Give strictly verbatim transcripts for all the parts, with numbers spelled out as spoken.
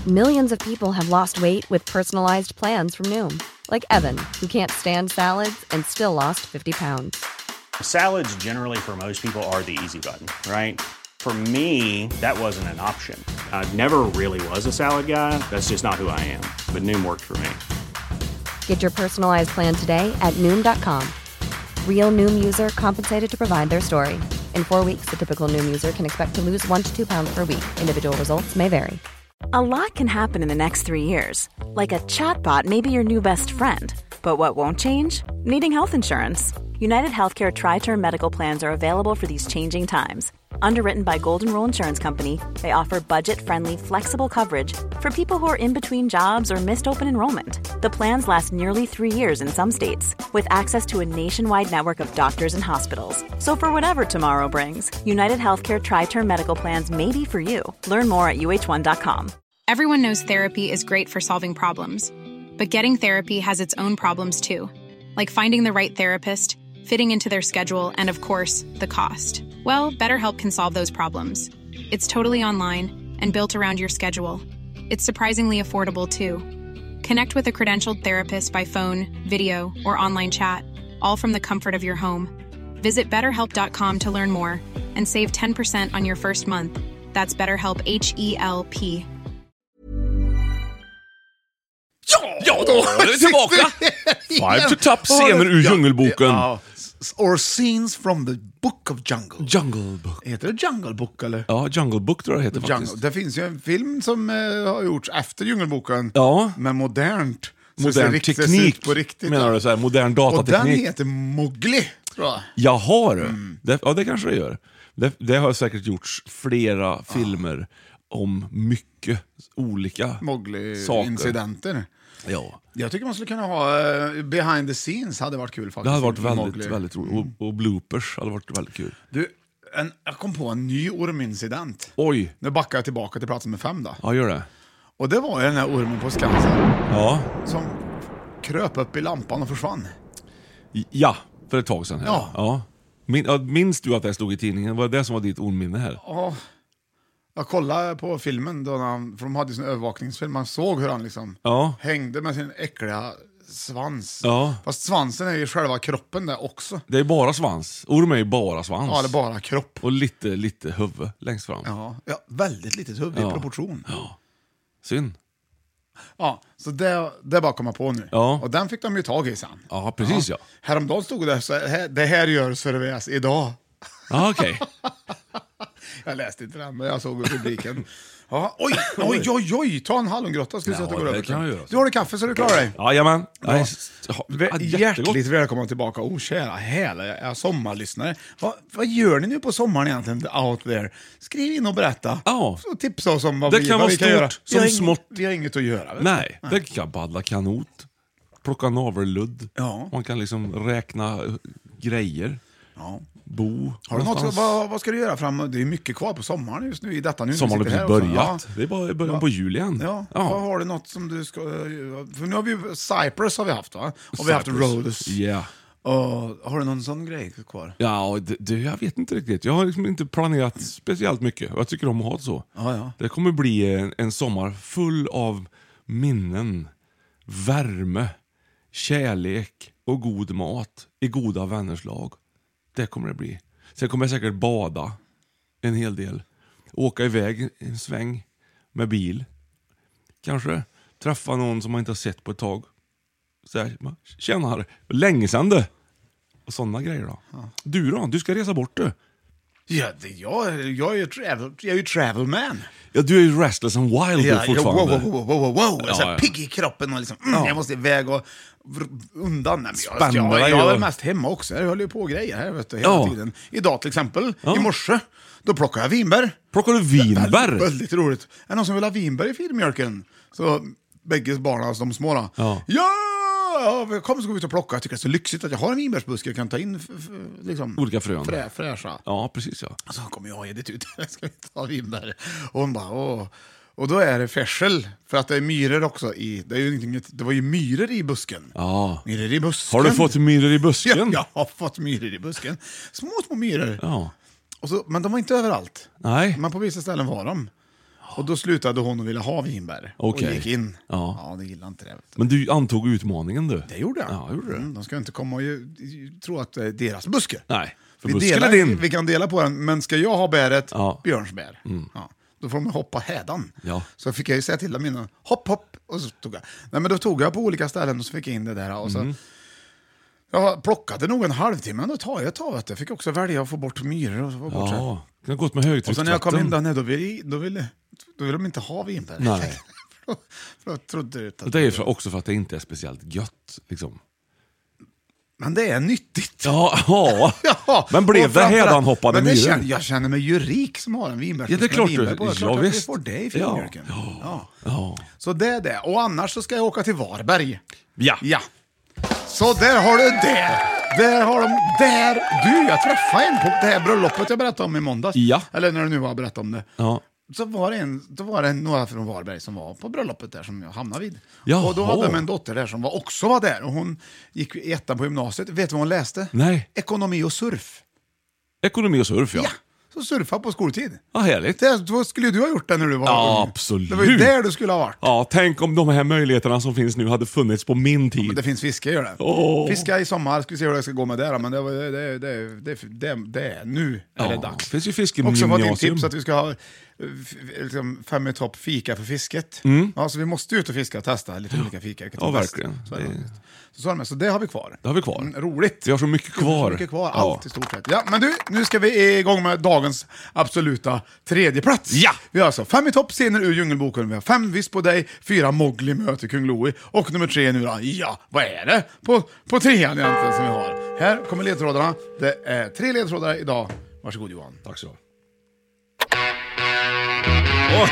Millions of people have lost weight with personalized plans from Noom. Like Evan, who can't stand salads and still lost fifty pounds. Salads generally for most people are the easy button, right? For me, that wasn't an option. I never really was a salad guy. That's just not who I am. But Noom worked for me. Get your personalized plan today at Noom dot com. Real Noom user compensated to provide their story. In four weeks, the typical Noom user can expect to lose one to two pounds per week. Individual results may vary. A lot can happen in the next three years. Like a chatbot may be your new best friend. But what won't change? Needing health insurance. United Healthcare Tri-Term Medical Plans are available for these changing times. Underwritten by Golden Rule Insurance Company, they offer budget-friendly, flexible coverage for people who are in between jobs or missed open enrollment. The plans last nearly three years in some states, with access to a nationwide network of doctors and hospitals. So for whatever tomorrow brings, United Healthcare Tri-Term Medical Plans may be for you. Learn more at U H one dot com. Everyone knows therapy is great for solving problems. But getting therapy has its own problems too. Like finding the right therapist, fitting into their schedule, and of course, the cost. Well, BetterHelp can solve those problems. It's totally online and built around your schedule. It's surprisingly affordable too. Connect with a credentialed therapist by phone, video, or online chat, all from the comfort of your home. Visit better help dot com to learn more and save ten percent on your first month. That's BetterHelp, H E L P. Ja, då är vi tillbaka. Five to top scener ur Djungelboken. Ja, or scenes from the Book of Jungle. Jungle Book. Heter det Jungle Book eller? Ja, Jungle Book tror jag det heter Jungle. faktiskt. Det finns ju en film som eh, har gjorts efter Djungelboken. Ja. Med modernt. Så Modern ser riktigt, teknik ser på riktigt. menar du så här, modern datateknik. Och den heter Mowgli, tror jag. Jaha du. Mm. Det, ja, det kanske det gör. Det, det har säkert gjorts flera ah. filmer om mycket olika Mowgli-incidenter. Ja. Jag tycker man skulle kunna ha uh, behind the scenes, hade varit kul faktiskt. Det hade varit väldigt, Mowgli. väldigt roligt. Och, och bloopers hade varit väldigt kul. Du, en, jag kom på en ny ormincident. Oj. Nu backar jag tillbaka till platsen med fem då. Ja, gör det. Och det var ju den här ormen på Skansen. Ja. Som kröp upp i lampan och försvann. Ja, för ett tag sedan. Här. Ja. Ja. Min, minns du att det stod i tidningen? Var det det som var ditt orminne här? Ja. Jag kollade på filmen då han, för de hade sin övervakningsfilm. Man såg hur han liksom ja. hängde med sin äckliga svans. Ja. Fast svansen är ju själva kroppen där också. Det är bara svans. Orm är ju bara svans. Ja, det är bara kropp. Och lite, lite huvud längst fram. Ja, ja väldigt litet huvud ja. i proportion. Ja. Synd. Ja, så det, det bara komma på nu. Ja. Och den fick de ju tag i sen. Ja, precis ja. ja. Häromdagen stod det så här, det här gör Sörväs idag. Ja, okej. Okay. Jag läste inte den, men jag såg rubriken. Ja, oj, oj, oj, oj, ta en hallongrotta ska vi se att det går över. Kan jag göra. Du har det kaffe så du klarar dig. Jajamän. Ja. Ja. Hjärtligt välkomna tillbaka, oh kära härliga sommarlyssnare. Va, vad gör ni nu på sommaren egentligen out there? Skriv in och berätta. Ja. Och tipsa oss om vad det vi, kan vad vara vi kan stort göra. som vi smått. Inget, vi har inget att göra. Nej, Nej, det kan paddla kanot. Plocka navelludd. Ja. Man kan liksom räkna grejer. Ja. Bo. Har du något, vad, vad ska du göra fram? Det är mycket kvar på sommaren just nu i detta nu. Sommaren har precis börjat. Ja. Det är bara början ja. på jul igen. Ja. Ja. Vad har du något som du ska... För nu har vi Cyprus har vi haft va? Och Cyprus. Vi har haft Rhodes. Yeah. Och har du någon sån grej kvar? Ja, det, det, jag vet inte riktigt. Jag har liksom inte planerat speciellt mycket. Jag tycker om att ha det så. Ja, ja. Det kommer bli en, en sommar full av minnen, värme, kärlek och god mat i goda vänners lag. Det kommer det bli. Sen kommer jag säkert bada en hel del. Åka iväg en sväng med bil. Kanske träffa någon som man inte har sett på ett tag. Så här, tjena, länge sedan det. Och sådana grejer då. Ja. Du då? Du ska resa bort du. Ja, det, jag, jag är ju travel, jag är ju travel man. Ja, du är ju restless and wild ja, fortfarande. Ja, wow, wow, wow, wow, wow. Ja, så ja. Pigg i kroppen och liksom, mm, ja. jag måste iväg och undan. Nej, jag, Spännande, jag, jag, jag ja. är mest hemma också. Jag håller ju på grejer här vet du, hela ja. tiden. Idag till exempel, ja. i morse, då plockar jag vinbär. Plockar du vinbär? Väldigt, väldigt roligt. Är det någon som vill ha vinbär i filmjölken? Så bägge barnen, alltså de små då. Ja. Ja! Ja, kom så går vi ut och plocka. Jag tycker det är så lyxigt att jag har en vinbärsbuske. Jag kan ta in f- f- liksom, olika frön. Frä, fräscha. Ja, precis ja. Så kommer jag och Edith ut. Jag ska inte ta vinbär. Och hon bara, åh. Och då är det färsel. För att det är myror också i. Det, är ju inget, det var ju myror i busken. Ja. Myror i busken. Har du fått myror i busken? Ja, jag har fått myror i busken. Små, små myror. Ja. Och så, men de var inte överallt. Nej. Men på vissa ställen var de. Och då slutade hon och ville ha vinbär. Okej. Och gick in. Ja. Ja, det gillar inte det. Vet du. Men du antog utmaningen du. Det gjorde jag. Ja, gjorde du. Mm, de ska inte komma och ju, ju, tro att det är deras buske. Nej, för Vi, busken delar, är din. vi kan dela på den, men ska jag ha bäret, Ja. Björns bär. Ja. Då får de hoppa hädan. Ja. Så fick jag ju säga till dem innan, hopp, hopp, och så tog jag. Nej, men då tog jag på olika ställen och så fick jag in det där. Och så, Mm. jag plockade nog en halvtimme, men då tar jag ett tag. Vet du. Jag fick också välja att få bort myror och så få bort så här. Ja, det har gått med Och högtryck. så när jag kom in där nere, då ville, då ville, då ville de inte ha vinbär. Nej. för, för jag trodde att Det är för, också för att det inte är speciellt gött. Liksom. Men det är nyttigt. Ja, ja. Ja, Men blev och det framförallt- hädanhoppade men det myror? känner, jag känner mig ju rik som har en vinbärsbuske Ja, det är klart med vinbär du- på. Det är ja, klart att vi visst. får det i Ja. filmjölken. Ja. Ja. Så det är det. Och annars så ska jag åka till Varberg. Ja. Ja. Så där har du det. Där har de, där. Du, jag träffade en på det här bröllopet jag berättade om i måndags. Ja. Eller när du nu var berättat om det. Ja. Så var det, en, då var det några från Varberg som var på bröllopet där som jag hamnade vid. Jaha. Och då hade de en dotter där som var, också var där. Och hon gick i ettan på gymnasiet. Vet du vad hon läste? Nej. Ekonomi och surf. Ekonomi och surf, ja. Ja, så surfa på skoltid. Ja, härligt. Det, då skulle du ha gjort det när du var Ja, ung. absolut. Det var ju där du skulle ha varit. Ja, tänk om de här möjligheterna som finns nu hade funnits på min tid. Men det finns fiske, gör det. Åh. Fiska i sommar, ska vi se hur det ska gå med det då. Men det, var- det, det, det, det, det, det är nu är det Ja, dags. det finns ju fiske i Också var din gymnasium. tips att vi ska ha eh, f- liksom, fem i topp fika för fisket. Ja, så vi måste ut och fiska och testa lite olika fika. vilket Ja, är bäst. verkligen. Så, är det. Det- Så, så, så det har vi kvar. Det har vi kvar. Mm, roligt. Vi har så mycket kvar. Så mycket kvar, Ja. allt i stort sett. Ja, men du, nu ska vi igång med dagens absoluta tredje plats. Ja! Vi har alltså fem i topp, scener ur Djungelboken. Vi har fem Visst på dig, fyra Mowgli möter Kung Louie. Och nummer tre nu då, ja, vad är det på, på trean egentligen som vi har? Här kommer ledtrådarna. Det är tre ledtrådar idag. Varsågod Johan. Tack så. Åh.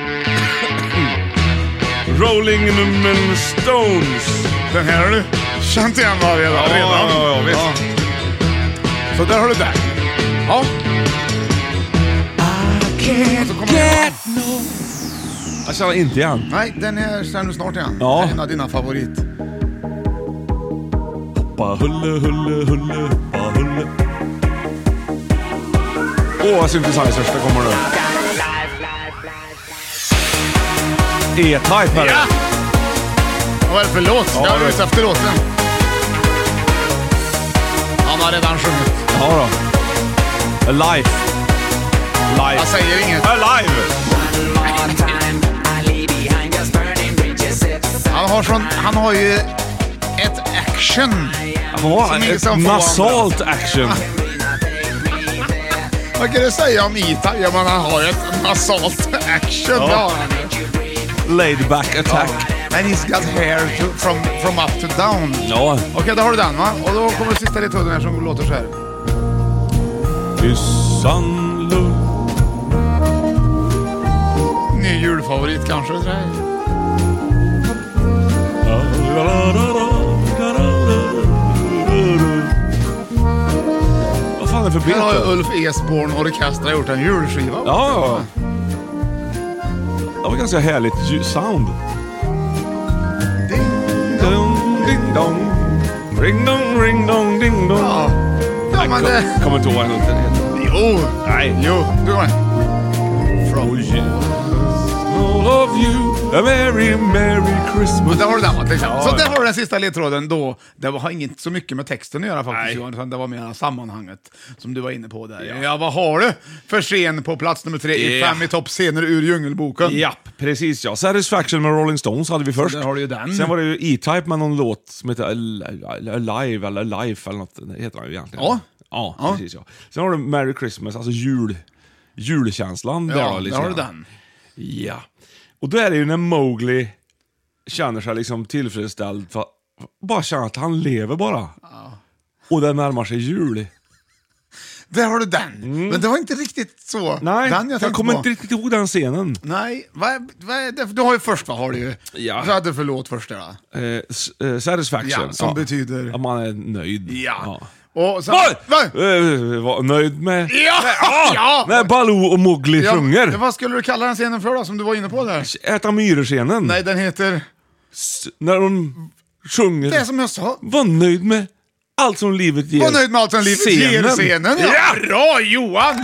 Rolling men Stones. Den här har du känt igen va, redan? Ja, redan. ja, ja, visst. Så där har du den. Ja. Och så kommer den. Jag känner inte igen. Nej, den är känner du snart igen. Ja. En av dina favorit. Hoppa hulle, hulle, hulle, hoppa hulle. Åh, vad synthesizers, det kommer nu. E-Type här. Ja! Vad är det för låt? Ja, jag är det- ute efter låten. Han har redan sjungit. Ja då. Alive. Live. Jag säger inget. Alive! Han har, sån, han har ju ett action. Ja, Som ingen ett som får nasalt action. Vad kan du säga om E-Type? Ja, men han har ju ett nasalt action. Ja. Det har han ju. Laid back attack. And he's got hair to, from, from up to down. Ja. Okej, då har du den va? Och då kommer sista ledtråden här som låter så här. Yssan Lund. Ny julfavorit kanske. Det där. Vad fan är det för Här har ju bild? Ulf Esborn Orkestra gjort en julskiva. Ja, ja. Det var ganska härligt ju- sound. Ding. Dong, ding dong. Ring dong, ring dong, ding dong. Ja, ja men det... Jag kommer inte ihåg vad den heter. Jo, Nej. jo, du har det. Oh yeah. All of you. A merry, merry Christmas. Där har du den va, till exempel. Ja, Så där ja. har du den sista ledtråden då. Det har inget så mycket med texten att göra faktiskt Nej. Johan, utan det var mer sammanhanget som du var inne på där. Ja, Ja. vad har du för scen på plats nummer tre i Ja. fem i toppscener ur Djungelboken? Japp, precis ja. Satisfaction med Rolling Stones hade vi först. där har du ju den. Sen var det ju E-Type med någon låt som heter Al- Alive eller Life eller något. Det heter han ju egentligen. Ja. Ja, Ja. precis ja. Sen har du Merry Christmas, alltså jul, julkänslan. där Ja, då, lite där har du grann. den. Ja. Och då är det ju när Mowgli känner sig liksom tillfredsställd för bara känner att han lever bara. Och det närmar sig jul. Där har du den. Men det var inte riktigt så. Mm. Nej, den jag, tänkte kommer på. inte riktigt ihåg den scenen. Nej, vad, vad är det? Du har ju först, vad har du ju? Ja. Vad hade du för låt först där då? Eh, s- eh, satisfaction. Ja, som betyder- Att man är nöjd. Ja. Och sen... Vad? Va? Eh, var nöjd med... Ja! Ah, Ja! När Baloo och Mowgli Ja, sjunger. vad skulle du kalla den scenen för då, som du var inne på där? Äta myror-scenen. Nej, den heter... S- När de sjunger. Det är som jag sa. Var nöjd med allt som livet ger. Var nöjd med allt som livet ger scenen. Ja. Ja. Bra Johan!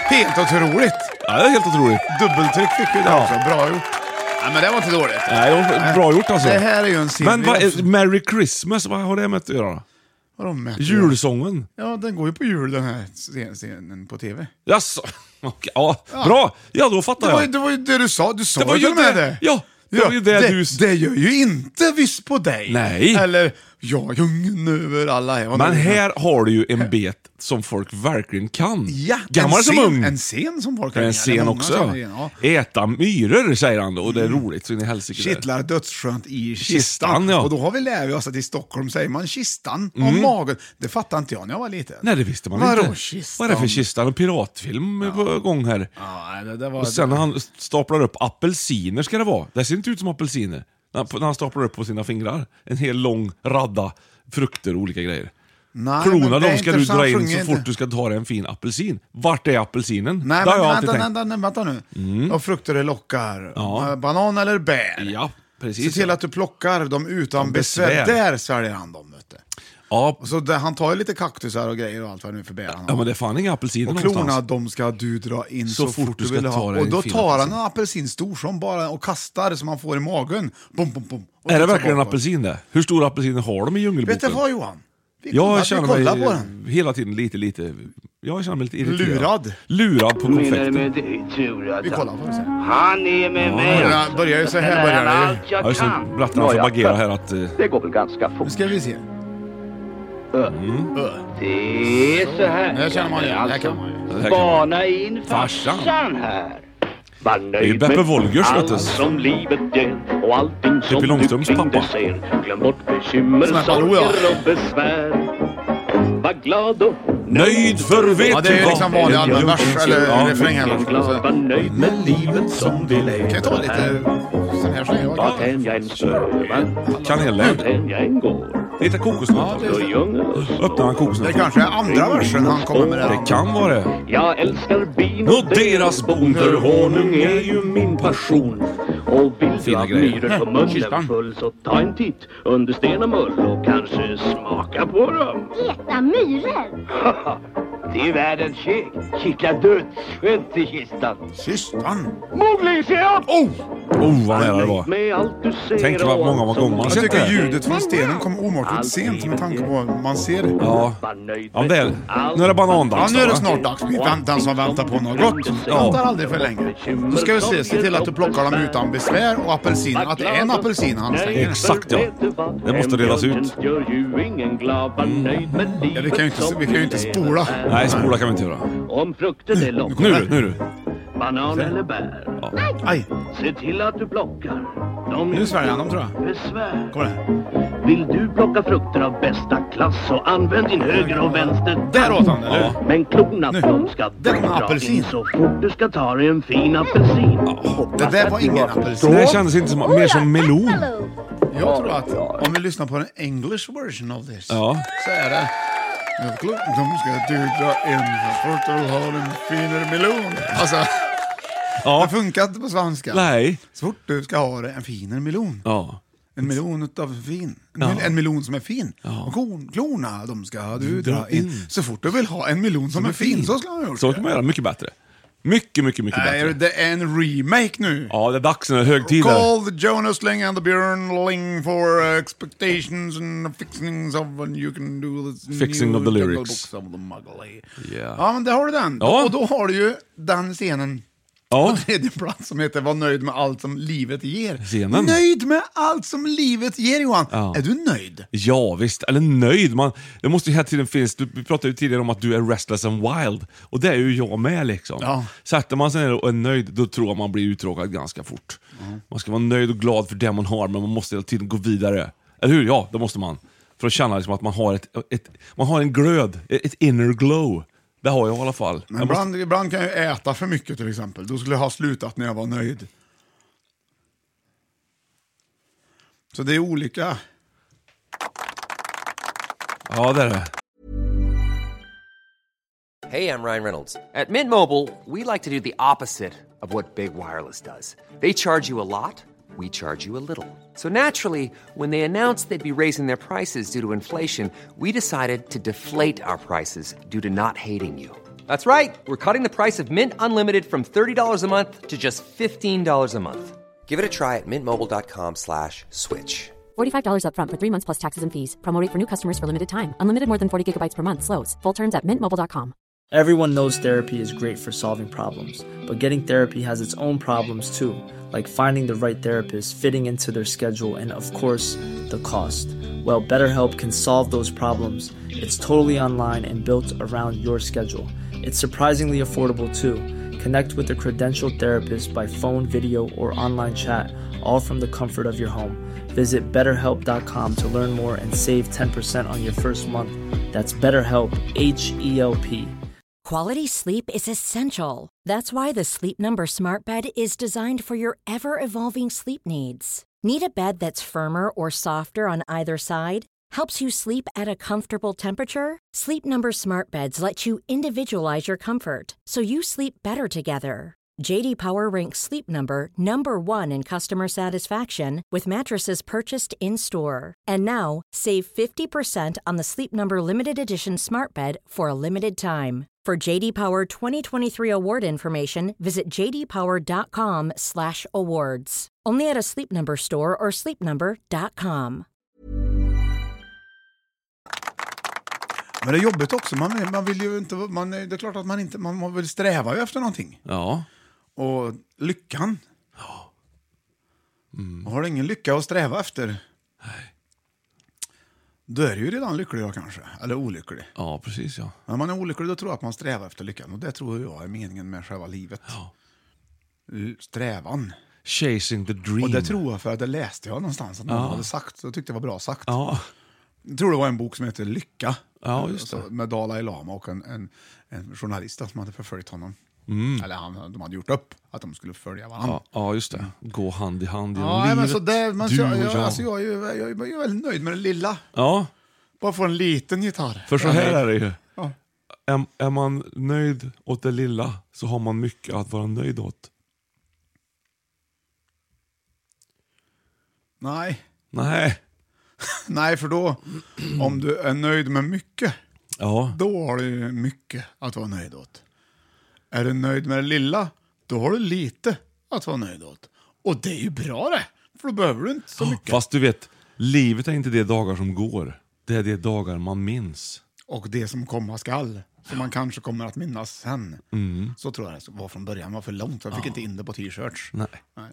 Helt otroligt. Ja, det är helt otroligt. Dubbeltryck fick vi där Ja. också. Bra gjort. Nej, men det var inte dåligt. Nej, det var bra gjort alltså. Det här är ju en scen. Men vad vi också- är Merry Christmas, vad har det med att göra? Vadå med? Julsången? Ja, den går ju på jul den här scen- scenen på tv. Jaså? Okej, ja, bra. Ja, då fattar Det var, ju, jag. det var ju det du sa. Du sa Det var ju ju till och med det. det. Ja, det var ju det det, du- det gör ju inte Viss på dig. Nej. Eller Ja, djungeln över alla. Här. Men här har du ju en bet som folk verkligen kan. Ja, Gammal en som scen, ung. En scen som folk Det är en kan. scen många också. som är, ja. Äta myror säger han då, och det är roligt så in i helsike där. Kittlar dödsskönt i kistan. Kistan, ja. Och då har vi lärt oss att i Stockholm säger man kistan och magen. Det fattade inte jag när jag var liten. Nej, det visste man Vadå inte. kistan? Vad är det för kistan? En piratfilm är på gång här. Ja, det, det var, Och sen när han staplar upp apelsiner ska det vara. Det ser inte ut som apelsiner. När när han staplar upp på sina fingrar. En hel lång radda frukter och olika grejer. Nej, Klona men det är de ska inte du så han dra in sjunger så inte. fort du ska ta dig en fin apelsin. Vart är apelsinen? Nej, det har men jag alltid vänta, tänkt. vänta, vänta nu. Och frukter är lockar. Ja. Eh, Banan eller bär. Ja, Se precis. till att du plockar dem utan besvär. besvär. Där sväljer han dem. Vet du. Ja, Och så där, han tar ju lite kaktusar och grejer och allt vad det nu för bär han har. ja, men det är fan inga apelsiner Och klorna, någonstans. de ska du dra in så, Så fort du ska vill ta ha. dig Och en då fin tar han apelsin. en apelsin stor som bara och kastar som han får i magen. Bom, bom, bom. Och Är det så verkligen en bakåt. apelsin det? Hur stora apelsiner har de i Djungelboken? Vet du vad, Johan? Vi kollar, Jag vi känner kollar mig på den. hela tiden lite, lite... Jag känner mig lite irriterad. Lurad. Lurad på konfekten. Vi kollar på det. Han är med mig. Ja, det börjar ju så här, börjar det ju. Allt jag Ja, just det. kan. Berättar han som agerar här att... eh, Det går väl ganska Nu fort. ska vi se. Ö. Ö. Det är så här. Det här känner man ju. Det här Alltså, kan man ju. Det här kan man. spana in Farsan. farsan här. Var är ju nöjd Beppe med Wolgers, vet du. allt som livet ger och allting som du Långströms kring pappa. dig ser. Glöm bort bekymmer, Sån här Malou, ja. sorger och besvär. Var glad och Nöjd för vet Ja, det är ju du liksom vad? vanlig allmän vers eller Ja. refräng här. glad, var nöjd med livet som vi lever. Kan jag ta lite sån här släng? Vart än jag än strövar, Kanellägg. vart än jag än går. Lite kokosnöt. Då djungel och Öppnar han Det kokosnöt. kanske är andra versen han kommer med där. Det kan vara det. jag älskar bin Och deras bon, för honung är ju min passion. Och vill du Fina ha grejer. myror på munnen full så ta en titt under sten och mull och kanske smaka på dem. Äta myror? Det är världens käk. Kittla dödsskönt i kistan. Kistan. Mowgli, se upp! Oh! Oh, vad nära det var. Med allt du ser Tänk vad och många allt gånger som man Jag sett tycker det. ljudet från stenen kom omåttligt sent med tanke på vad man ser. Ja. Var nöjd Ja, med det är, allt. nu är det banandags. Ja, nu är det va? snart dags. Vi väntar som väntar på något gott. Väntar aldrig för länge. Då ska vi se, se till att du plockar dem utan besvär och apelsin. Att det är en apelsin han slänger. Exakt, ja. Det måste redas ut. Gör ju ingen glad, var nöjd med livet. Ja, vi kan ju inte, vi kan ju inte spola. Nej, spola kan vi inte göra. Om frukten är lockar, Nu du, nu du. banan eller bär. Aj, Se till att du plockar. De nu sväljer han dem tror jag. besvär. Kom här. Vill du plocka frukter av bästa klass så använd din höger och vänster. Där åt han, eller? Ja. Men klorna Nu. de ska Där kommer dra apelsin. in så fort du ska ta dig en fin apelsin. Det där var ingen apelsin. Det här kändes inte som, mer som melon. Jag tror att om vi lyssnar på den English version of this Ja. så är det... De ska du dra in så fort du har en finare melon. Alltså, Ja. det funkar inte på svenska. Nej. Så fort du ska ha det, en finare melon. Ja. En melon utav fin. En, Ja. mel- en melon som är fin. Ja. Och kon, klorna, de ska du dra in. Så fort du vill ha en melon som, är fin, så ska man göra Så kan man göra mycket bättre. Mycket, mycket, mycket Nej, bättre. det är en remake nu. Ja, det är dags nu. Högtid där. Call the Jonas Ling and the Björnling for uh, expectations and fixings of when you can do this Fixing new of the jungle lyrics. books of the Muggle. Yeah. Ja, men där har du den. Ja. Och då har du ju den scenen Ja. på tredje plats som heter Var nöjd med allt som livet ger. Scenen. Nöjd med allt som livet ger, Johan. Ja. Är du nöjd? Ja, visst. Eller nöjd. Man, det måste ju hela tiden finnas. Du, vi pratade ju tidigare om att du är restless and wild. Och det är ju jag med liksom. Ja. Sätter man sig ner och är nöjd, då tror jag man blir uttråkad ganska fort. Man ska vara nöjd och glad för det man har, men man måste hela tiden gå vidare. Eller hur? Ja, det måste man. För att känna liksom att man har, ett, ett, man har en glöd, ett inner glow. Det har jag i alla fall. Men Jag måste, ibland, ibland kan jag äta för mycket till exempel. Då skulle jag ha slutat när jag var nöjd. Så det är olika. ja, det är det. Hey, I'm Ryan Reynolds. At Mint Mobile, we like to do the opposite of what Big Wireless does. They charge you a lot, we charge you a little. So naturally, when they announced they'd be raising their prices due to inflation, we decided to deflate our prices due to not hating you. That's right. We're cutting the price of Mint Unlimited from thirty dollars a month to just fifteen dollars a month. Give it a try at mintmobile.com slash switch. forty-five dollars up front for three months plus taxes and fees. Promo rate for new customers for limited time. Unlimited more than forty gigabytes per month slows. Full terms at mint mobile dot com. Everyone knows therapy is great for solving problems, but getting therapy has its own problems too, like finding the right therapist, fitting into their schedule, and of course, the cost. Well, BetterHelp can solve those problems. It's totally online and built around your schedule. It's surprisingly affordable too. Connect with a credentialed therapist by phone, video, or online chat, all from the comfort of your home. Visit better help dot com to learn more and save ten percent on your first month. That's BetterHelp, H E L P. Quality sleep is essential. That's why the Sleep Number Smart Bed is designed for your ever-evolving sleep needs. Need a bed that's firmer or softer on either side? Helps you sleep at a comfortable temperature? Sleep Number Smart Beds let you individualize your comfort, so you sleep better together. J D Power ranks Sleep Number number one in customer satisfaction with mattresses purchased in-store. And now, save fifty percent on the Sleep Number Limited Edition Smart Bed for a limited time. For J D Power twenty twenty-three award information, visit j d power dot com slash awards. Only at a Sleep Number store or sleep number dot com. Men det är jobbigt också. Man, man vill ju inte, man, det är klart att man inte, man vill sträva ju efter någonting. Ja. Och lyckan. Ja. Mm. Och har du ingen lycka att sträva efter? Nej. Då är du ju redan lycklig då kanske. Eller olycklig. Ja, precis ja. När man är olycklig då tror jag att man strävar efter lyckan. Och det tror jag är meningen med själva livet. Ja. Strävan. Chasing the dream. Och det tror jag för att det läste jag någonstans att någon ja. hade sagt. Så jag tyckte det var bra sagt. Ja. Jag tror det var en bok som heter Lycka. Ja, just det. Med Dalai Lama och en, en, en journalist som hade förföljt honom. Mm. Eller han, de hade gjort upp att de skulle följa varandra. Ja, ja just det. Gå hand i hand genom ja, livet. Men så det, man, du jag, och jag, jag. alltså, jag, är ju, jag, är, jag är väldigt nöjd med det lilla. Ja. Bara få en liten gitarr. För så här är det ju. Ja. Är, är man nöjd åt det lilla så har man mycket att vara nöjd åt. Nej. Nej. Nej, för då om du är nöjd med mycket, ja. då har du mycket att vara nöjd åt. Är du nöjd med det lilla, då har du lite att vara nöjd åt. Och det är ju bra det, för då behöver du inte så mycket. Fast du vet, livet är inte de dagar som går. Det är de dagar man minns. Och det som komma skall, som man kanske kommer att minnas sen. Mm. Så tror jag det var från början, var för långt. Jag fick ja. inte in det på t-shirts. Nej. Nej.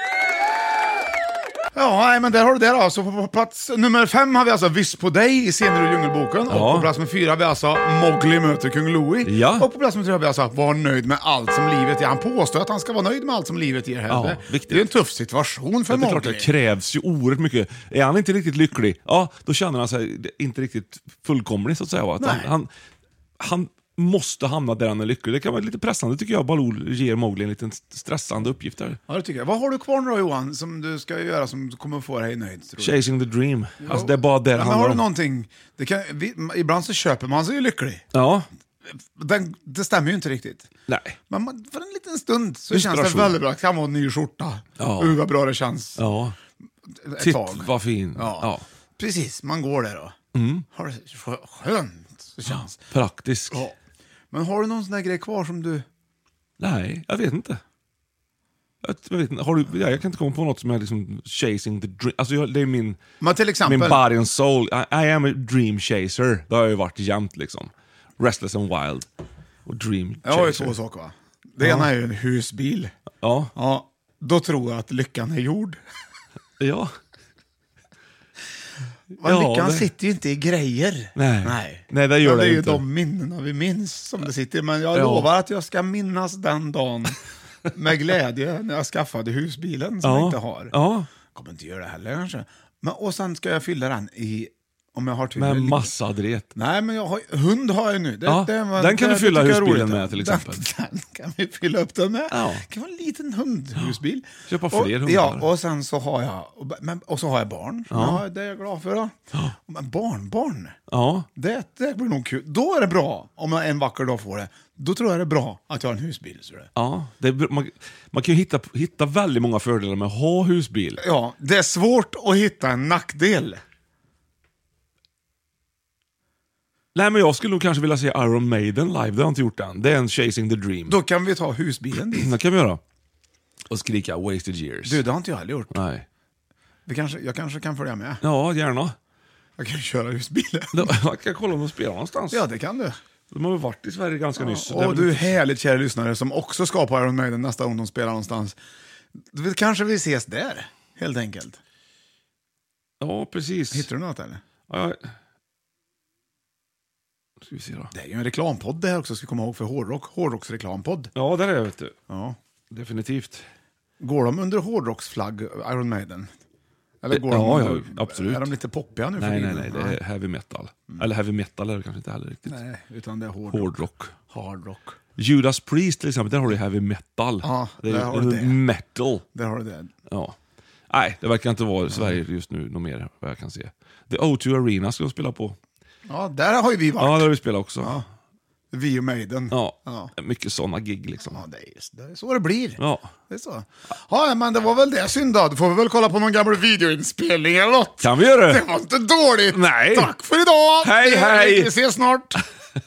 Ja, nej, men där har du det då. Så på plats nummer fem har vi alltså Viss på dig i Scener ur djungelboken. Ja. Och på plats nummer fyra har vi alltså Mowgli möter kung Louie. Ja. Och på plats nummer tre har vi alltså Var nöjd med allt som livet ger. Han påstår att han ska vara nöjd med allt som livet ger. Ja, det, viktigt. det är en tuff situation för det är Mowgli. klart, det krävs ju oerhört mycket. Är han inte riktigt lycklig, ja, då känner han sig inte riktigt fullkomlig så att säga. Va? Att han, han, han måste hamna där han är lycklig. Det kan vara lite pressande tycker jag. Baloo ger Mowgli en liten stressande uppgift där. Ja, det tycker jag. Vad har du kvar nu då, Johan, som du ska göra som kommer få dig nöjd? Tror du? Chasing the dream. Alltså det är bara där ja, han men har du om. någonting? Det kan, vi, ibland så köper man sig ju lycklig. Ja. Den, det stämmer ju inte riktigt. Nej. Men man, för en liten stund så känns det Inspiration. väldigt bra. Det kan vara en ny skjorta. Ja. Hur vad bra det känns. Ja. Ett Titt, tag. vad fin. Ja. Ja. Precis, man går där då. Mm. Har det skö- skönt det känns. Ja. Praktisk. Ja. Men har du någon sån där grej kvar som du... Nej, jag vet inte. Jag, jag, vet inte. Har du, ja, jag kan inte komma på något som är liksom chasing the dream. Alltså jag, det är min, Men till exempel... min body and soul. I, I am a dream chaser. Det har jag ju varit jämt liksom. Restless and wild. Och dream Jag har ju chaser. två saker va. Det Ja. ena är ju en husbil. Ja. Ja, då tror jag att lyckan är gjord. Ja. Men Ja, lyckan det- sitter ju inte i grejer. Nej. Nej, Nej, det gör Men det det är ju inte. de minnena vi minns som det sitter. Men jag Ja. lovar att jag ska minnas den dagen med glädje när jag skaffade husbilen som Ja. jag inte har. Ja. Kommer inte göra det heller kanske. Men, och sen ska jag fylla den i... Om jag har till Med massa dret. Nej, men jag har, hund har jag nu. Det, Ja, det, var- den kan det, du fylla det tycker jag är husbilen roligt. med, till Den- exempel. Den, kan vi fylla upp den med. Ja. Det kan vara en liten hundhusbil. Köpa och, fler hundar. Ja, och sen så har jag, och, men, och så har jag barn. Ja. Ja. Det är jag glad för. Då. Men barnbarn, Ja. det, det blir nog kul. Då är det bra om jag en vacker dag får det. Då tror jag det är bra att jag har en husbil. Så det. Ja. Det är, br- man, man kan ju hitta, hitta väldigt många fördelar med att ha husbil. Ja, det är svårt att hitta en nackdel. Nej, men jag skulle nog kanske vilja se Iron Maiden live. Det har jag inte gjort än. Det är en Chasing the Dream. Då kan vi ta husbilen dit. Det kan vi göra. Och skrika Wasted Years. Du, det har inte jag heller gjort. Nej. Vi kanske, jag kanske kan följa med. Ja, gärna. Jag kan köra husbilen. Jag kan kolla om de spelar någonstans. Ja, det kan du. De har väl varit i Sverige ganska ja, nyss. Och du härligt kära lyssnare som också ska på Iron Maiden nästa gång de spelar någonstans. Kanske vi ses där, helt enkelt. Ja, precis. Hittar du något eller? Ja, ska vi se då. Det är ju en reklampodd det här också, ska komma ihåg, för hårdrock. Hårdrocksreklampodd. Ja, det är det, vet du. Ja. Definitivt. Går de under hårdrocksflagg, Iron Maiden? Eller går ja, de under, ja, absolut. Är de lite poppiga nu? Nej, för nej, nej, det är heavy metal. Mm. Eller heavy metal är det kanske inte heller riktigt. Nej, utan det är hårdrock. Hårdrock. Hardrock. Judas Priest till exempel, där har du heavy metal. Ja, det är har du det. Metal. Där har du det. Ja. Nej, det verkar inte vara Sverige just nu något mer, vad jag kan se. The O två Arena ska de spela på. Ja, där har ju vi varit. Ja, där har vi spelat också. Ja. Vi och Maiden. Ja, ja. Mycket sådana gig liksom. Ja, det är, det är så det blir. Ja. Det är så. Ja, men det var väl det synd då. Då får vi väl kolla på någon gammal videoinspelning eller något. Kan vi göra det? Det var inte dåligt. Nej. Tack för idag. Hej, hej. Vi ses snart.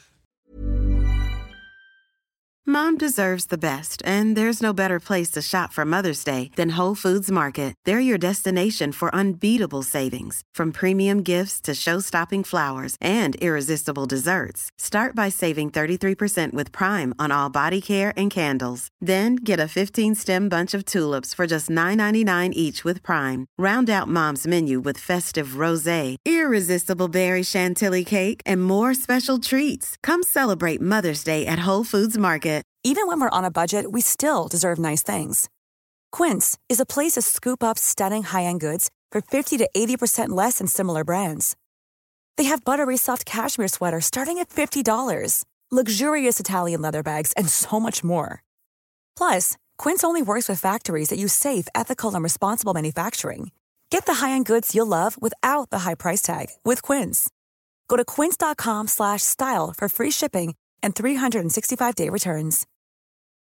Mom deserves the best, and there's no better place to shop for Mother's Day than Whole Foods Market. They're your destination for unbeatable savings, from premium gifts to show-stopping flowers and irresistible desserts. Start by saving thirty-three percent with Prime on all body care and candles. Then get a fifteen-stem bunch of tulips for just nine ninety-nine each with Prime. Round out Mom's menu with festive rosé, irresistible berry chantilly cake, and more special treats. Come celebrate Mother's Day at Whole Foods Market. Even when we're on a budget, we still deserve nice things. Quince is a place to scoop up stunning high-end goods for fifty to eighty percent less than similar brands. They have buttery soft cashmere sweaters starting at fifty dollars, luxurious Italian leather bags, and so much more. Plus, Quince only works with factories that use safe, ethical, and responsible manufacturing. Get the high-end goods you'll love without the high price tag with Quince. Go to quince dot com slash style for free shipping and three hundred sixty-five day returns.